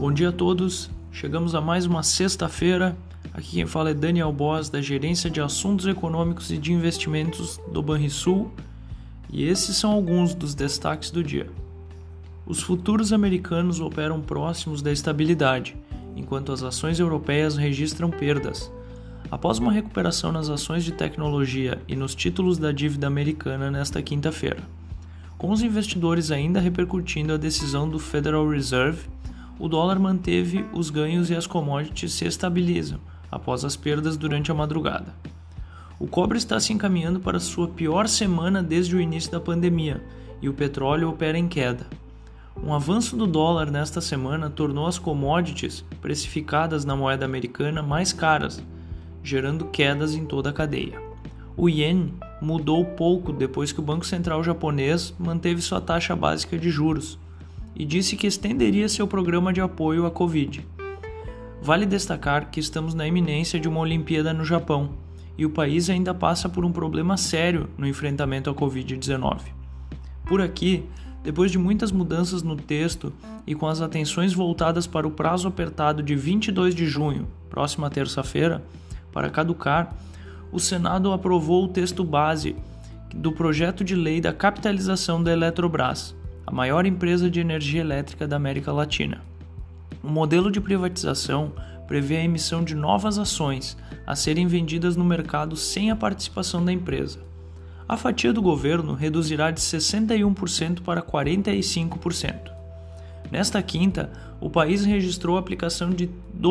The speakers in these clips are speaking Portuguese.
Bom dia a todos, chegamos a mais uma sexta-feira. Aqui quem fala é Daniel Boas, da Gerência de Assuntos Econômicos e de Investimentos do Banrisul, e esses são alguns dos destaques do dia. Os futuros americanos operam próximos da estabilidade, enquanto as ações europeias registram perdas. Após uma recuperação nas ações de tecnologia e nos títulos da dívida americana nesta quinta-feira, com os investidores ainda repercutindo a decisão do Federal Reserve, o dólar manteve os ganhos e as commodities se estabilizam após as perdas durante a madrugada. O cobre está se encaminhando para sua pior semana desde o início da pandemia e o petróleo opera em queda. Um avanço do dólar nesta semana tornou as commodities precificadas na moeda americana mais caras, gerando quedas em toda a cadeia. O ien mudou pouco depois que o Banco Central japonês manteve sua taxa básica de juros e disse que estenderia seu programa de apoio à Covid. Vale destacar que estamos na iminência de uma Olimpíada no Japão e o país ainda passa por um problema sério no enfrentamento à Covid-19. Por aqui, depois de muitas mudanças no texto e com as atenções voltadas para o prazo apertado de 22 de junho, próxima terça-feira, para caducar, o Senado aprovou o texto base do projeto de lei da capitalização da Eletrobras, a maior empresa de energia elétrica da América Latina. O modelo de privatização prevê a emissão de novas ações a serem vendidas no mercado sem a participação da empresa. A fatia do governo reduzirá de 61% para 45%. Nesta quinta, o país registrou a aplicação de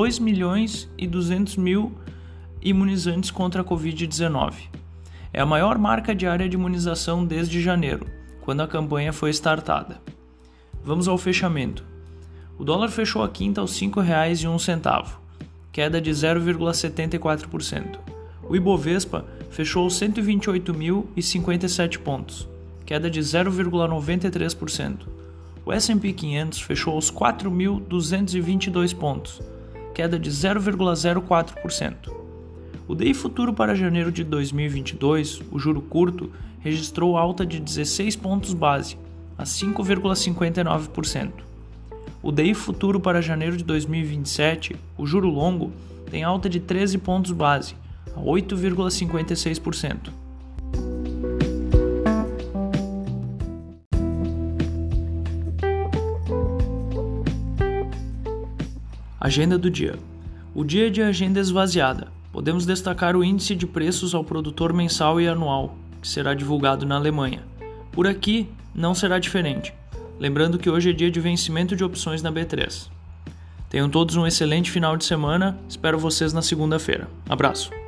2.200.000 imunizantes contra a Covid-19. É a maior marca diária de imunização desde janeiro, quando a campanha foi startada. Vamos ao fechamento. O dólar fechou a quinta aos R$ 5,01, queda de 0,74%. O Ibovespa fechou aos 128.057 pontos, queda de 0,93%. O S&P 500 fechou aos 4.222 pontos, queda de 0,04%. O DI futuro para janeiro de 2022, o juro curto, registrou alta de 16 pontos base, a 5,59%. O DI futuro para janeiro de 2027, o juro longo, tem alta de 13 pontos base, a 8,56%. Agenda do dia. O dia de agenda esvaziada. Podemos destacar o índice de preços ao produtor mensal e anual, que será divulgado na Alemanha. Por aqui, não será diferente. Lembrando que hoje é dia de vencimento de opções na B3. Tenham todos um excelente final de semana. Espero vocês na segunda-feira. Abraço!